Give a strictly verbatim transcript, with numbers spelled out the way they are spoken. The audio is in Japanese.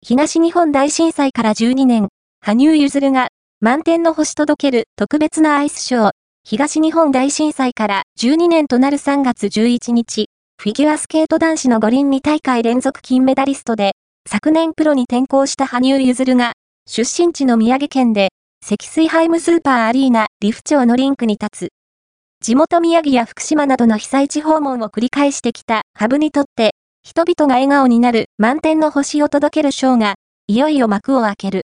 東日本大震災からじゅうにねん、羽生結弦が満天の星届ける特別なアイスショー。東日本大震災からじゅうにねんとなるさんがつじゅういちにち、フィギュアスケート男子の五輪にたいかい連続金メダリストで、昨年プロに転向した羽生結弦が、出身地の宮城県で、積水ハイムスーパーアリーナ利府町のリンクに立つ。地元宮城や福島などの被災地訪問を繰り返してきた羽生にとって、人々が笑顔になる満天の星を届けるショーが、いよいよ幕を開ける。